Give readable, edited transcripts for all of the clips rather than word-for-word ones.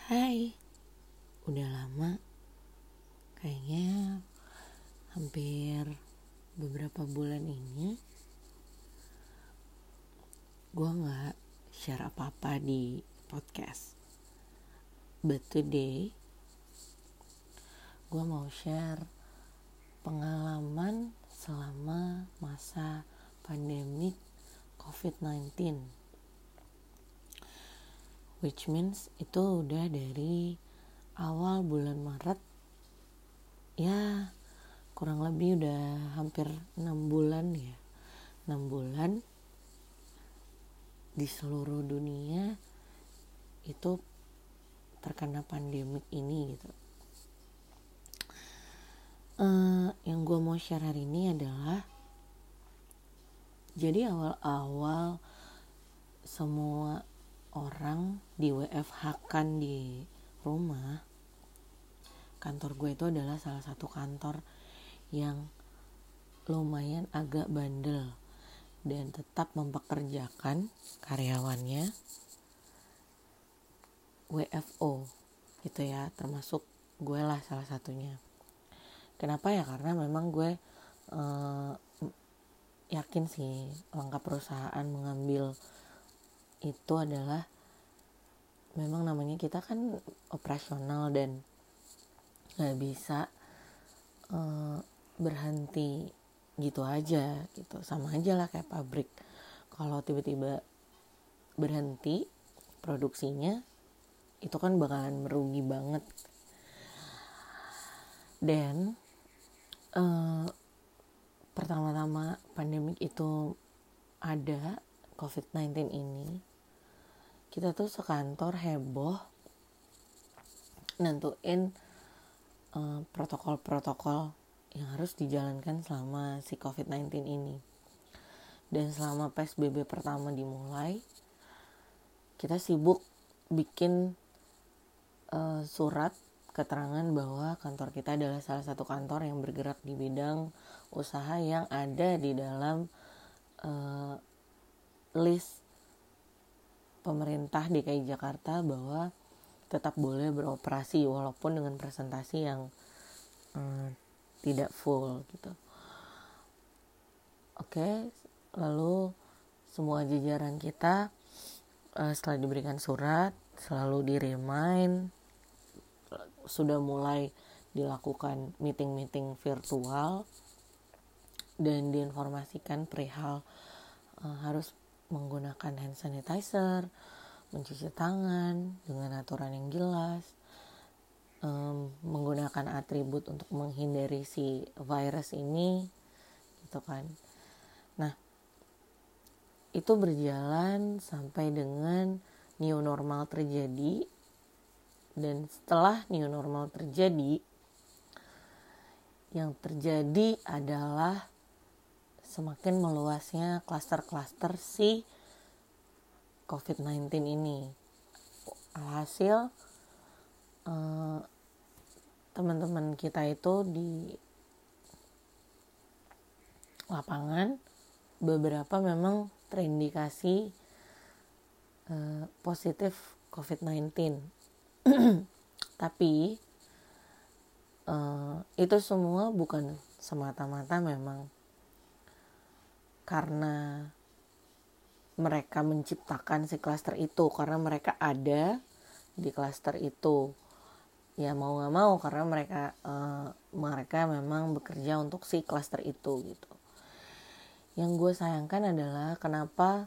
Hai, udah lama, kayaknya hampir beberapa bulan ini gue gak share apa-apa di podcast. But today, gue mau share pengalaman selama masa pandemik COVID-19. Which means itu udah dari awal bulan Maret, ya kurang lebih udah hampir 6 bulan ya. 6 bulan di seluruh dunia itu terkena pandemik ini gitu. Yang gue mau share hari ini adalah, jadi awal-awal semua orang di WFH-kan di rumah, kantor gue itu adalah salah satu kantor yang lumayan agak bandel dan tetap mempekerjakan karyawannya WFO gitu ya, termasuk gue lah salah satunya. Kenapa ya? Karena memang gue yakin sih langkah perusahaan mengambil itu adalah memang namanya kita kan operasional dan gak bisa berhenti gitu aja gitu. Sama aja lah kayak pabrik, kalau tiba-tiba berhenti produksinya itu kan bakalan merugi banget. Dan pertama-tama pandemik itu ada COVID-19 ini, kita tuh sekantor heboh nentuin protokol-protokol yang harus dijalankan selama si COVID-19 ini. Dan selama PSBB pertama dimulai, kita sibuk bikin surat keterangan bahwa kantor kita adalah salah satu kantor yang bergerak di bidang usaha yang ada di dalam list pemerintah DKI Jakarta bahwa tetap boleh beroperasi walaupun dengan presentasi yang tidak full gitu. Oke, lalu semua jajaran kita setelah diberikan surat selalu di-remind, sudah mulai dilakukan meeting-meeting virtual dan diinformasikan perihal harus menggunakan hand sanitizer, mencuci tangan dengan aturan yang jelas, menggunakan atribut untuk menghindari si virus ini gitu kan. Nah, itu berjalan sampai dengan new normal terjadi. Dan setelah new normal terjadi, yang terjadi adalah semakin meluasnya klaster-klaster si COVID-19 ini. Alhasil teman-teman kita itu di lapangan beberapa memang terindikasi positif COVID-19. Tapi itu semua bukan semata-mata memang karena mereka menciptakan si klaster itu, karena mereka ada di klaster itu. Ya mau gak mau karena mereka memang bekerja untuk si klaster itu gitu. Yang gue sayangkan adalah kenapa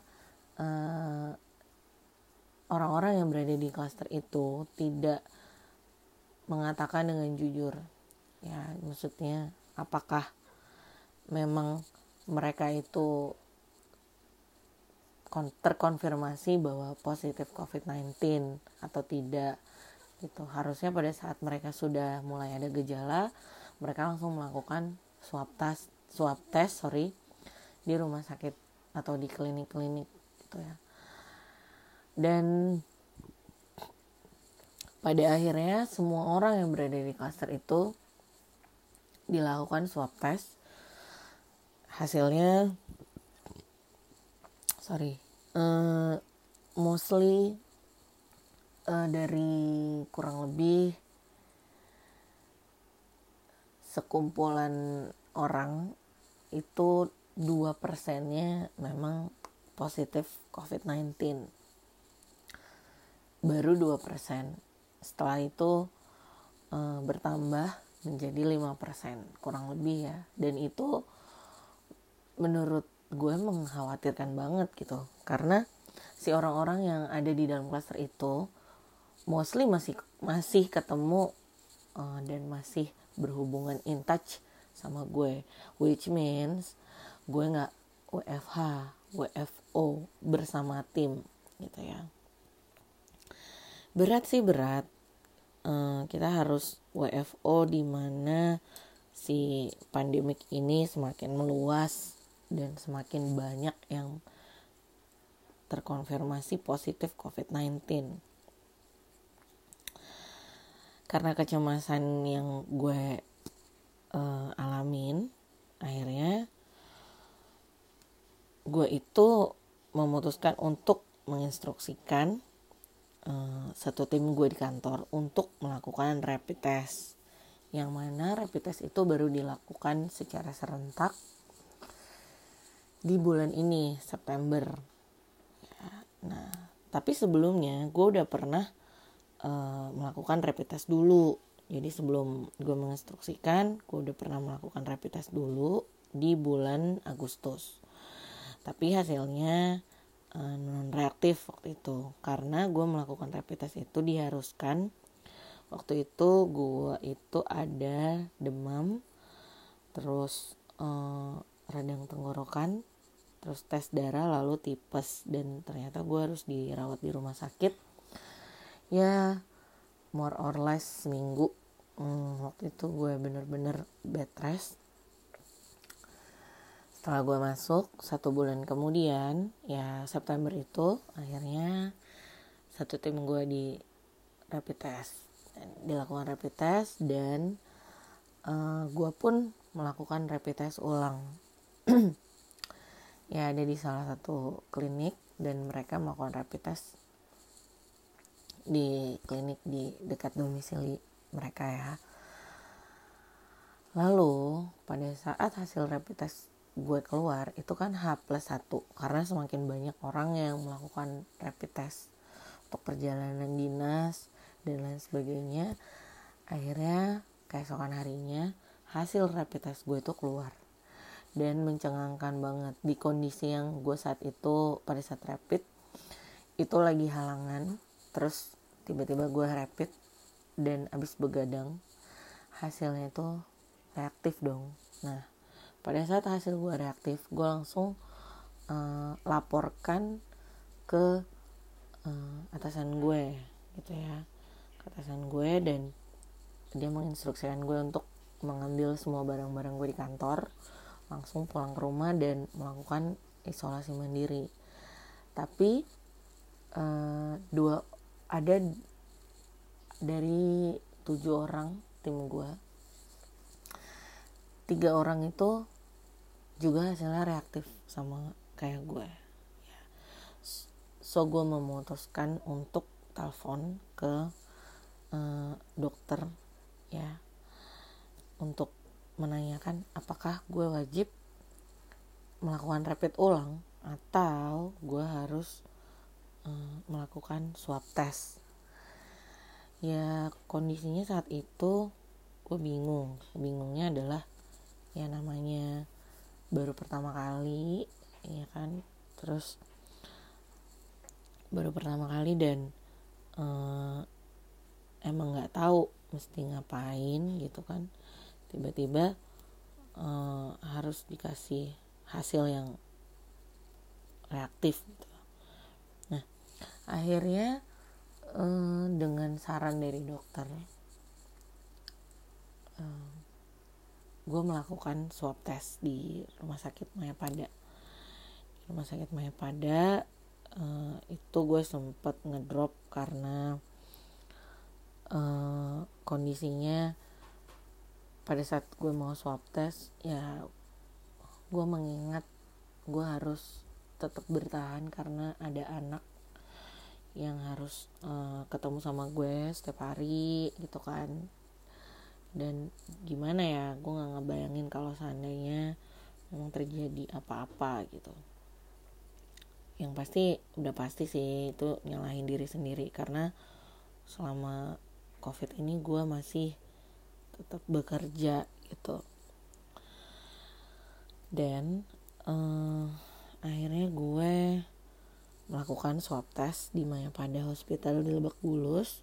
orang-orang yang berada di klaster itu tidak mengatakan dengan jujur. Ya maksudnya apakah memang mereka itu terkonfirmasi bahwa positif COVID-19 atau tidak gitu. Harusnya pada saat mereka sudah mulai ada gejala, mereka langsung melakukan swab test di rumah sakit atau di klinik-klinik gitu ya. Dan pada akhirnya semua orang yang berada di klaster itu dilakukan swab test. Hasilnya mostly dari kurang lebih sekumpulan orang itu 2%-nya memang positif COVID-19. Baru 2%. Setelah itu bertambah menjadi 5%, kurang lebih ya. Dan itu menurut gue mengkhawatirkan banget gitu. Karena si orang-orang yang ada di dalam klaster itu mostly masih ketemu dan masih berhubungan in touch sama gue, which means gue nggak WFH, WFO bersama tim gitu ya. Berat sih berat. Kita harus WFO di mana si pandemik ini semakin meluas dan semakin banyak yang terkonfirmasi positif COVID-19. Karena kecemasan yang gue alamin, akhirnya gue itu memutuskan untuk menginstruksikan satu tim gue di kantor untuk melakukan rapid test. Yang mana rapid test itu baru dilakukan secara serentak di bulan ini, September. Nah, tapi sebelumnya gue udah pernah melakukan rapid test dulu. Jadi sebelum gue menginstruksikan, gue udah pernah melakukan rapid test dulu di bulan Agustus. Tapi hasilnya non reaktif waktu itu. Karena gue melakukan rapid test itu diharuskan. Waktu itu gue itu ada demam, terus radang tenggorokan, terus tes darah, lalu tipes. Dan ternyata gue harus dirawat di rumah sakit. Ya more or less seminggu. Waktu itu gue bener-bener bed rest. Setelah gue masuk 1 bulan kemudian, ya September itu akhirnya satu tim gue di rapid test, dilakukan rapid test dan gue pun melakukan rapid test ulang. Ya ada di salah satu klinik dan mereka melakukan rapid test di klinik di dekat domisili mereka ya. Lalu pada saat hasil rapid test gue keluar itu kan H+1 karena semakin banyak orang yang melakukan rapid test untuk perjalanan dinas dan lain sebagainya. Akhirnya keesokan harinya hasil rapid test gue itu keluar dan mencengangkan banget. Di kondisi yang gue saat itu pada saat rapid itu lagi halangan, terus tiba-tiba gue rapid dan abis begadang hasilnya itu reaktif dong. Nah pada saat hasil gue reaktif, gue langsung laporkan ke atasan gue gitu ya, ke atasan gue, dan dia menginstruksikan gue untuk mengambil semua barang-barang gue di kantor, langsung pulang ke rumah dan melakukan isolasi mandiri. Tapi ada dari 7 orang tim gue, 3 orang itu juga hasilnya reaktif sama kayak gue. So gue memutuskan untuk telepon ke dokter ya, untuk menanyakan apakah gue wajib melakukan rapid ulang atau gue harus melakukan swab test. Ya kondisinya saat itu gue bingungnya adalah ya namanya baru pertama kali ya kan, terus baru pertama kali dan emang nggak tahu mesti ngapain gitu kan, tiba-tiba harus dikasih hasil yang reaktif gitu. Nah akhirnya dengan saran dari dokter gue melakukan swab test di rumah sakit Mayapada. Rumah sakit Mayapada itu gue sempet ngedrop karena kondisinya pada saat gue mau swab test ya gue mengingat gue harus tetap bertahan karena ada anak yang harus ketemu sama gue setiap hari gitu kan. Dan gimana ya, gue nggak ngebayangin kalau seandainya memang terjadi apa-apa gitu. Yang pasti udah pasti sih itu nyalahin diri sendiri, karena selama COVID ini gue masih tetap bekerja gitu. Dan akhirnya gue melakukan swab test di Mayapada Hospital di Lebak Bulus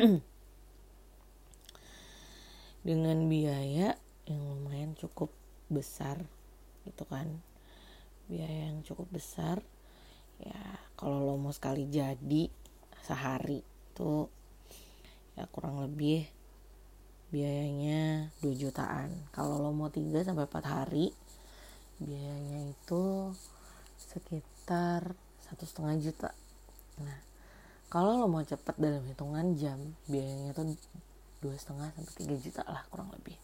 dengan biaya yang lumayan cukup besar gitu kan. Biaya yang cukup besar ya, kalau lo mau sekali jadi sehari itu ya kurang lebih biayanya 2 jutaan. Kalau lo mau 3 sampai 4 hari biayanya itu sekitar 1,5 juta. Nah, kalau lo mau cepet dalam hitungan jam, biayanya tuh 2,5 sampai 3 juta lah kurang lebih.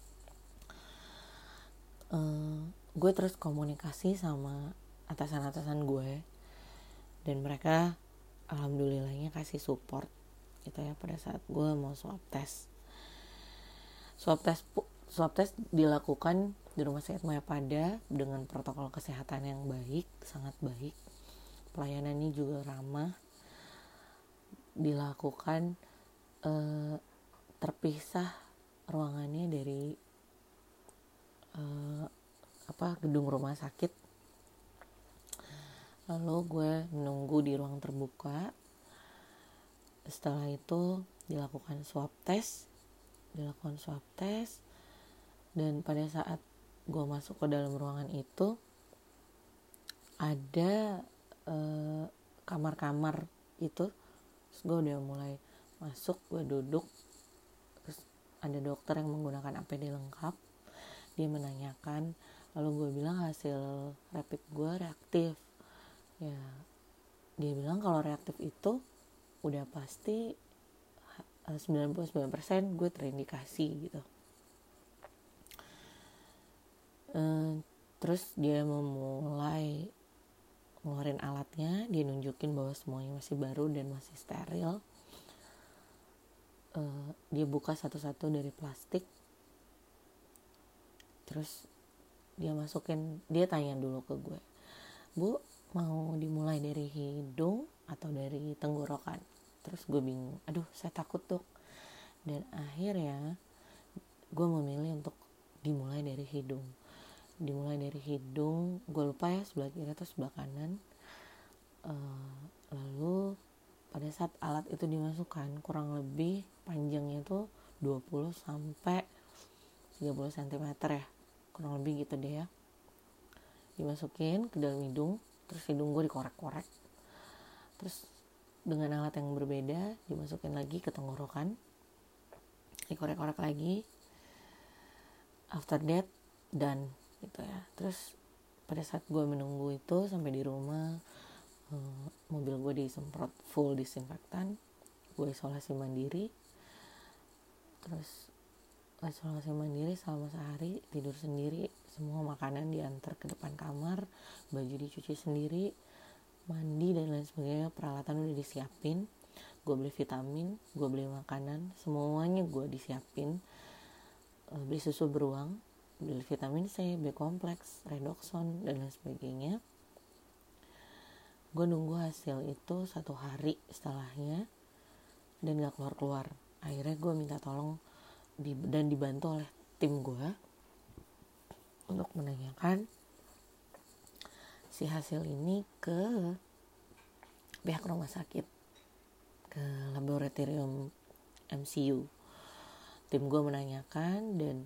Gue terus komunikasi sama atasan-atasan gue, dan mereka alhamdulillahnya kasih support gitu ya pada saat gue mau swab test. Swab test dilakukan di Rumah Sakit Mayapada dengan protokol kesehatan yang baik, sangat baik. Pelayanannya juga ramah. Dilakukan terpisah ruangannya dari gedung rumah sakit. Lalu gue menunggu di ruang terbuka. Setelah itu dilakukan swab test. Dan pada saat gue masuk ke dalam ruangan itu ada kamar-kamar itu. Terus gue udah mulai masuk, gue duduk, terus ada dokter yang menggunakan APD lengkap. Dia menanyakan, lalu gue bilang hasil rapid gue reaktif. Ya, dia bilang kalau reaktif itu udah pasti 99% gue terindikasi gitu. Terus dia memulai ngeluarin alatnya, dia nunjukin bahwa semuanya masih baru dan masih steril. Dia buka satu-satu dari plastik, terus dia tanya dulu ke gue, "Bu, mau dimulai dari hidung atau dari tenggorokan?" Terus gue bingung, aduh saya takut dok. Dan akhirnya gue memilih untuk dimulai dari hidung. Gue lupa ya sebelah kiri atau sebelah kanan. Lalu pada saat alat itu dimasukkan, kurang lebih panjangnya tuh 20 sampai 30 cm ya, kurang lebih gitu deh ya. Dimasukin ke dalam hidung, terus hidung gue dikorek-korek. Terus dengan alat yang berbeda dimasukin lagi ke tenggorokan, dikorek-korek lagi. After that done gitu ya. Terus pada saat gue menunggu itu sampai di rumah, mobil gue disemprot full disinfektan. Gue isolasi mandiri. Terus isolasi mandiri selama sehari, tidur sendiri, semua makanan diantar ke depan kamar, baju dicuci sendiri, mandi dan lain sebagainya, peralatan udah disiapin. Gue beli vitamin, gue beli makanan, semuanya gue disiapin. Beli susu beruang, beli vitamin C, B kompleks, redoxon dan lain sebagainya. Gue nunggu hasil itu 1 hari setelahnya dan gak keluar-keluar. Akhirnya gue minta tolong dan dibantu oleh tim gue untuk menanyakan si hasil ini ke pihak rumah sakit, ke laboratorium MCU. Tim gue menanyakan dan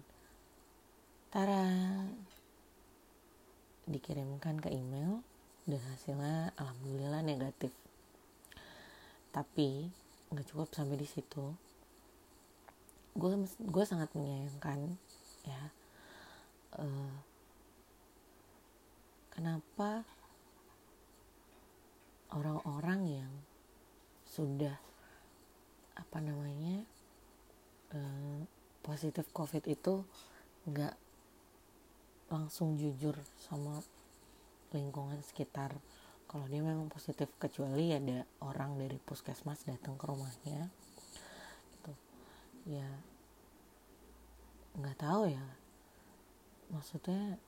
dikirimkan ke email dan hasilnya alhamdulillah negatif. Tapi nggak cukup sampai di situ. Gue sangat menyayangkan ya, kenapa orang-orang yang sudah positif COVID itu nggak langsung jujur sama lingkungan sekitar, kalau dia memang positif, kecuali ada orang dari puskesmas datang ke rumahnya gitu. Ya nggak tahu ya, maksudnya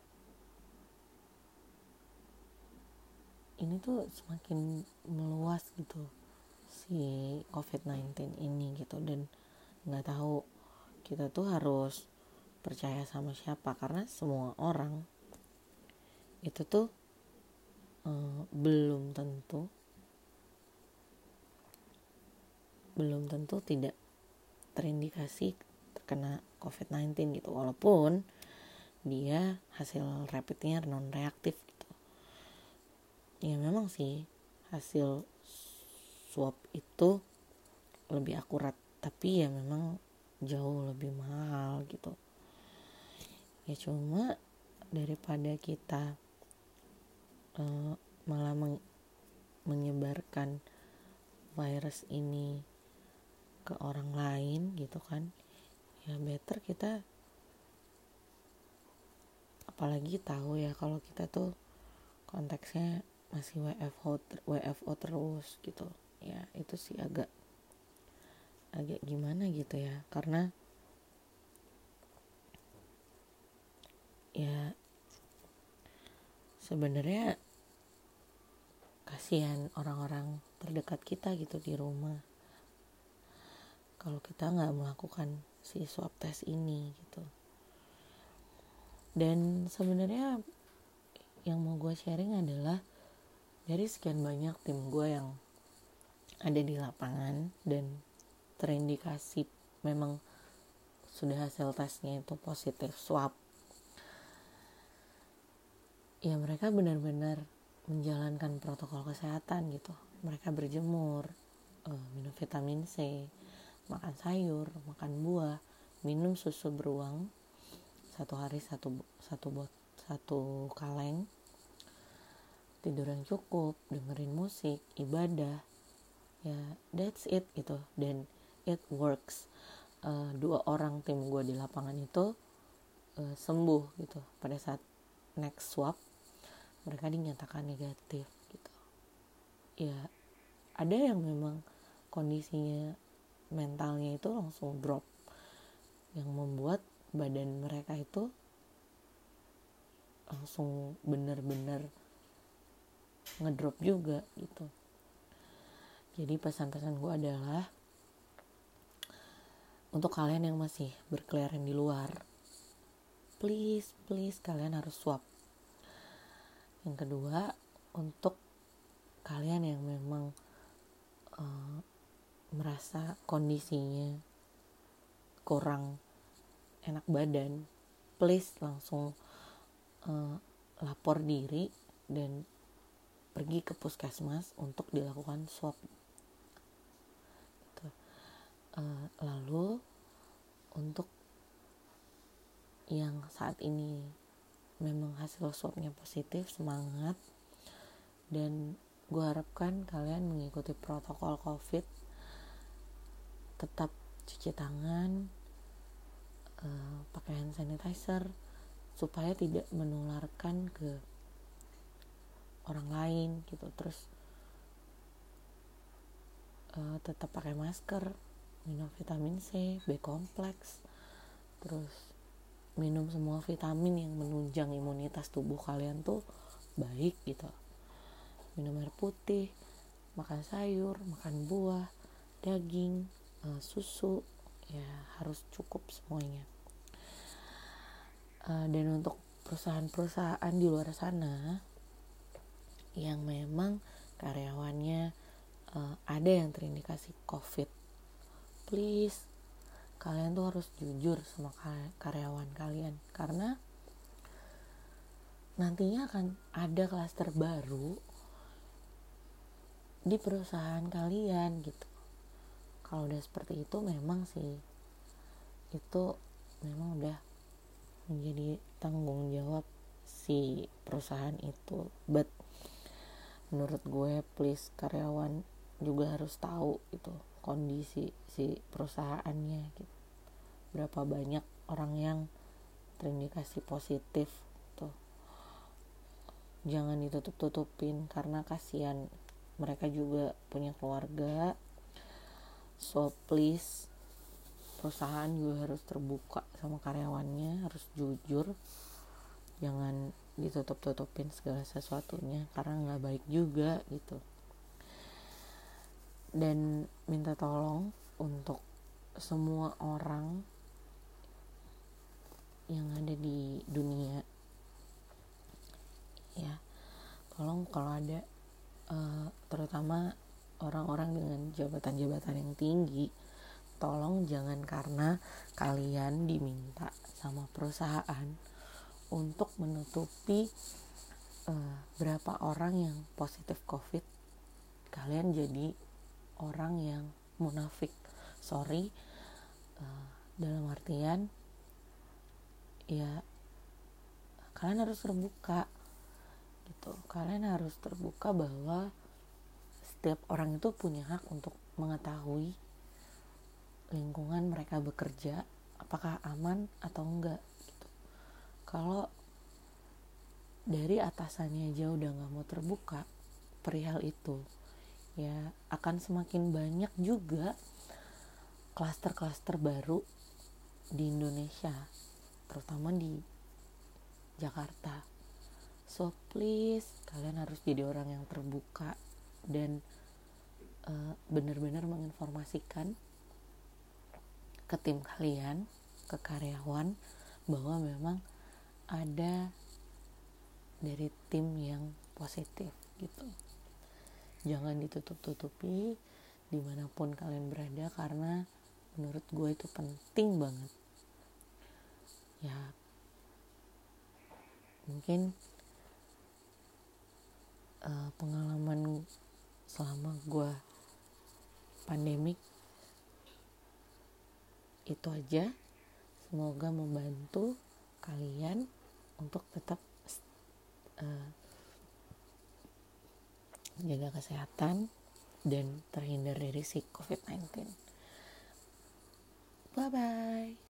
ini tuh semakin meluas gitu si COVID-19 ini gitu. Dan nggak tahu kita tuh harus percaya sama siapa, karena semua orang itu tuh belum tentu tidak terindikasi terkena COVID-19 gitu, walaupun dia hasil rapidnya non reaktif gitu. Ya memang sih hasil swab itu lebih akurat, tapi ya memang jauh lebih mahal gitu. Ya cuma daripada kita malah menyebarkan virus ini ke orang lain gitu kan, ya better kita, apalagi tahu ya kalau kita tuh konteksnya masih WFO terus gitu. Ya itu sih agak gimana gitu ya, karena ya sebenarnya kasihan orang-orang terdekat kita gitu di rumah kalau kita nggak melakukan si swab test ini gitu. Dan sebenarnya yang mau gue sharing adalah dari sekian banyak tim gue yang ada di lapangan dan terindikasi memang sudah hasil tesnya itu positif swab, ya mereka benar-benar menjalankan protokol kesehatan gitu. Mereka berjemur, minum vitamin C, makan sayur, makan buah, minum susu beruang, 1 hari satu kaleng, tidur yang cukup, dengerin musik, ibadah, ya that's it gitu. Dan it works. 2 orang tim gue di lapangan itu sembuh gitu. Pada saat next swab mereka dinyatakan negatif gitu. Ya ada yang memang kondisinya mentalnya itu langsung drop, yang membuat badan mereka itu langsung benar-benar ngedrop juga gitu. Jadi pesan-pesan gue adalah untuk kalian yang masih berkeliaran di luar, please kalian harus swab. Yang kedua, untuk kalian yang memang merasa kondisinya kurang enak badan, please langsung lapor diri dan pergi ke puskesmas untuk dilakukan swab. Lalu untuk yang saat ini memang hasil swabnya positif, semangat, dan gue harapkan kalian mengikuti protokol COVID, tetap cuci tangan, pakai hand sanitizer supaya tidak menularkan ke orang lain gitu. Terus tetap pakai masker, minum vitamin C, B kompleks, terus minum semua vitamin yang menunjang imunitas tubuh kalian tuh baik gitu. Minum air putih, makan sayur, makan buah, daging, susu, ya harus cukup semuanya. Dan untuk perusahaan-perusahaan di luar sana yang memang karyawannya ada yang terindikasi COVID, please kalian tuh harus jujur sama karyawan kalian, karena nantinya akan ada klaster baru di perusahaan kalian gitu. Kalau udah seperti itu memang sih itu memang udah menjadi tanggung jawab si perusahaan itu. But menurut gue please karyawan juga harus tahu itu kondisi si perusahaannya gitu. Berapa banyak orang yang terindikasi positif tuh. jangan ditutup-tutupin karena kasihan, mereka juga punya keluarga. So please, perusahaan juga harus terbuka sama karyawannya, harus jujur, jangan ditutup-tutupin segala sesuatunya karena nggak baik juga gitu. Dan minta tolong untuk semua orang yang ada di dunia, ya tolong kalau ada terutama orang-orang dengan jabatan-jabatan yang tinggi, tolong jangan karena kalian diminta sama perusahaan untuk menutupi berapa orang yang positif COVID, kalian jadi orang yang munafik. Sorry, dalam artian ya kalian harus terbuka gitu. Kalian harus terbuka bahwa setiap orang itu punya hak untuk mengetahui lingkungan mereka bekerja apakah aman atau enggak gitu. Kalau dari atasannya aja udah gak mau terbuka perihal itu, ya akan semakin banyak juga klaster-klaster baru di Indonesia, terutama di Jakarta. So please, kalian harus jadi orang yang terbuka dan benar-benar menginformasikan ke tim kalian, ke karyawan, bahwa memang ada dari tim yang positif gitu. Jangan ditutup-tutupi dimanapun kalian berada, karena menurut gue itu penting banget. Ya mungkin pengalaman selama gue pandemik itu aja. Semoga membantu kalian untuk tetap jaga kesehatan dan terhindar dari si COVID-19. Bye bye.